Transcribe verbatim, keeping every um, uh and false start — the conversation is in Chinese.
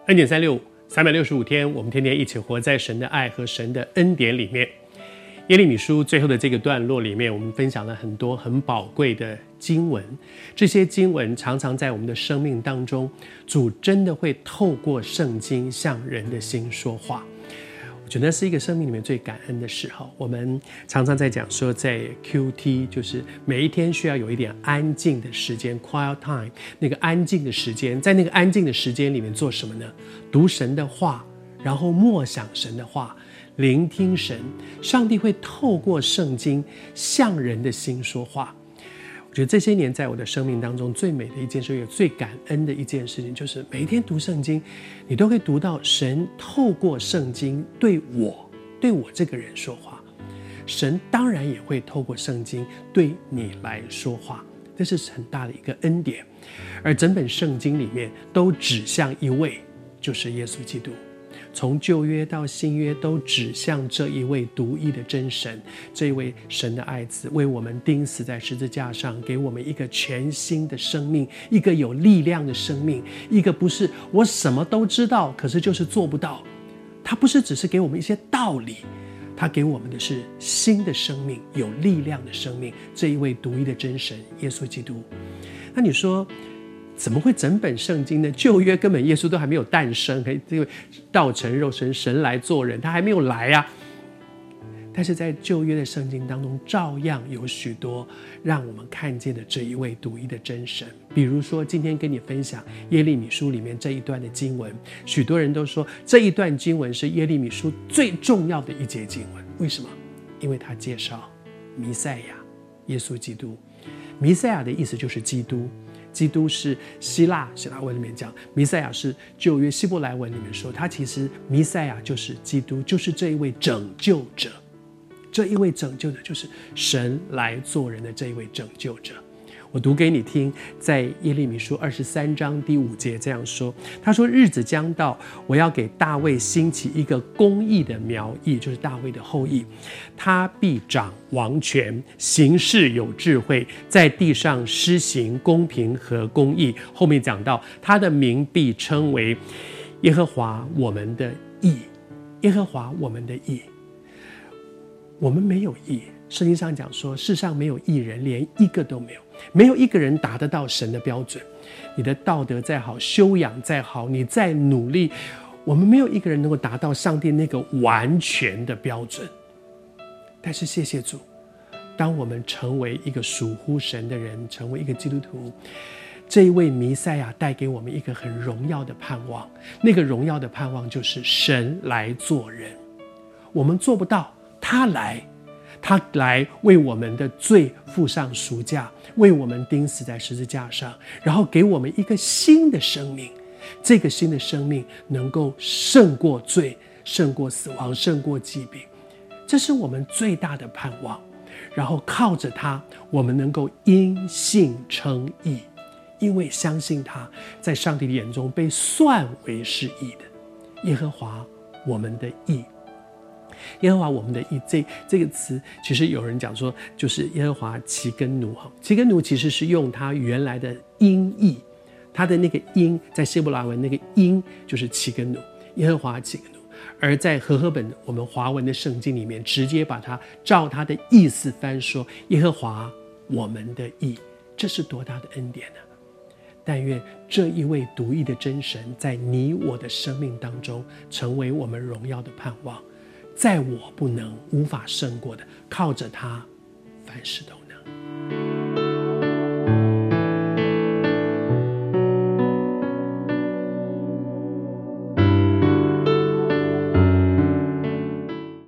恩典三六五，三百六十五天，我们天天一起活在神的爱和神的恩典里面。耶利米书最后的这个段落里面，我们分享了很多很宝贵的经文。这些经文常常在我们的生命当中，主真的会透过圣经向人的心说话。我觉得是一个生命里面最感恩的时候。我们常常在讲说，在 Q T 就是每一天需要有一点安静的时间 quiet time， 那个安静的时间，在那个安静的时间里面做什么呢？读神的话，然后默想神的话，聆听神。上帝会透过圣经向人的心说话。我觉得这些年在我的生命当中最美的一件事，也最感恩的一件事情，就是每一天读圣经，你都会读到神透过圣经对我对我这个人说话。神当然也会透过圣经对你来说话，这是很大的一个恩典。而整本圣经里面都指向一位，就是耶稣基督。从旧约到新约都指向这一位独一的真神，这一位神的爱子为我们钉死在十字架上，给我们一个全新的生命，一个有力量的生命，一个不是我什么都知道可是就是做不到。他不是只是给我们一些道理，他给我们的是新的生命，有力量的生命，这一位独一的真神耶稣基督。那你说怎么会整本圣经呢？旧约根本耶稣都还没有诞生，这个道成肉身，神来做人，他还没有来啊。但是在旧约的圣经当中，照样有许多让我们看见的这一位独一的真神。比如说今天跟你分享耶利米书里面这一段的经文，许多人都说这一段经文是耶利米书最重要的一节经文。为什么？因为它介绍弥赛亚耶稣基督。弥赛亚的意思就是基督，基督是希腊希腊文里面讲，弥赛亚是旧约希伯来文里面说，他其实弥赛亚就是基督，就是这一位拯救者。这一位拯救者就是神来做人的这一位拯救者。我读给你听，在耶利米书二十三章第五节这样说，他说，日子将到，我要给大卫兴起一个公义的苗裔，就是大卫的后裔，他必掌王权，行事有智慧，在地上施行公平和公义。后面讲到他的名必称为耶和华我们的义，耶和华我们的义。我们没有义，圣经上讲说，世上没有义人，连一个都没有，没有一个人达得到神的标准。你的道德再好，修养再好，你再努力，我们没有一个人能够达到上帝那个完全的标准。但是谢谢主，当我们成为一个属乎神的人，成为一个基督徒，这一位弥赛亚带给我们一个很荣耀的盼望。那个荣耀的盼望就是神来做人，我们做不到，他来，他来为我们的罪付上赎价，为我们钉死在十字架上，然后给我们一个新的生命。这个新的生命能够胜过罪，胜过死亡，胜过疾病，这是我们最大的盼望。然后靠着他，我们能够因信称义，因为相信他，在上帝的眼中被算为是义的。耶和华我们的义，耶和华我们的义，这这个词其实有人讲说就是耶和华其根奴。其根奴其实是用他原来的音译，他的那个音在希伯来文那个音就是其根奴，耶和华其根奴。而在和合本我们华文的圣经里面，直接把它照他的意思翻说，耶和华我们的义。这是多大的恩典呢？但愿这一位独一的真神在你我的生命当中成为我们荣耀的盼望。在我不能无法胜过的，靠着他凡事都能。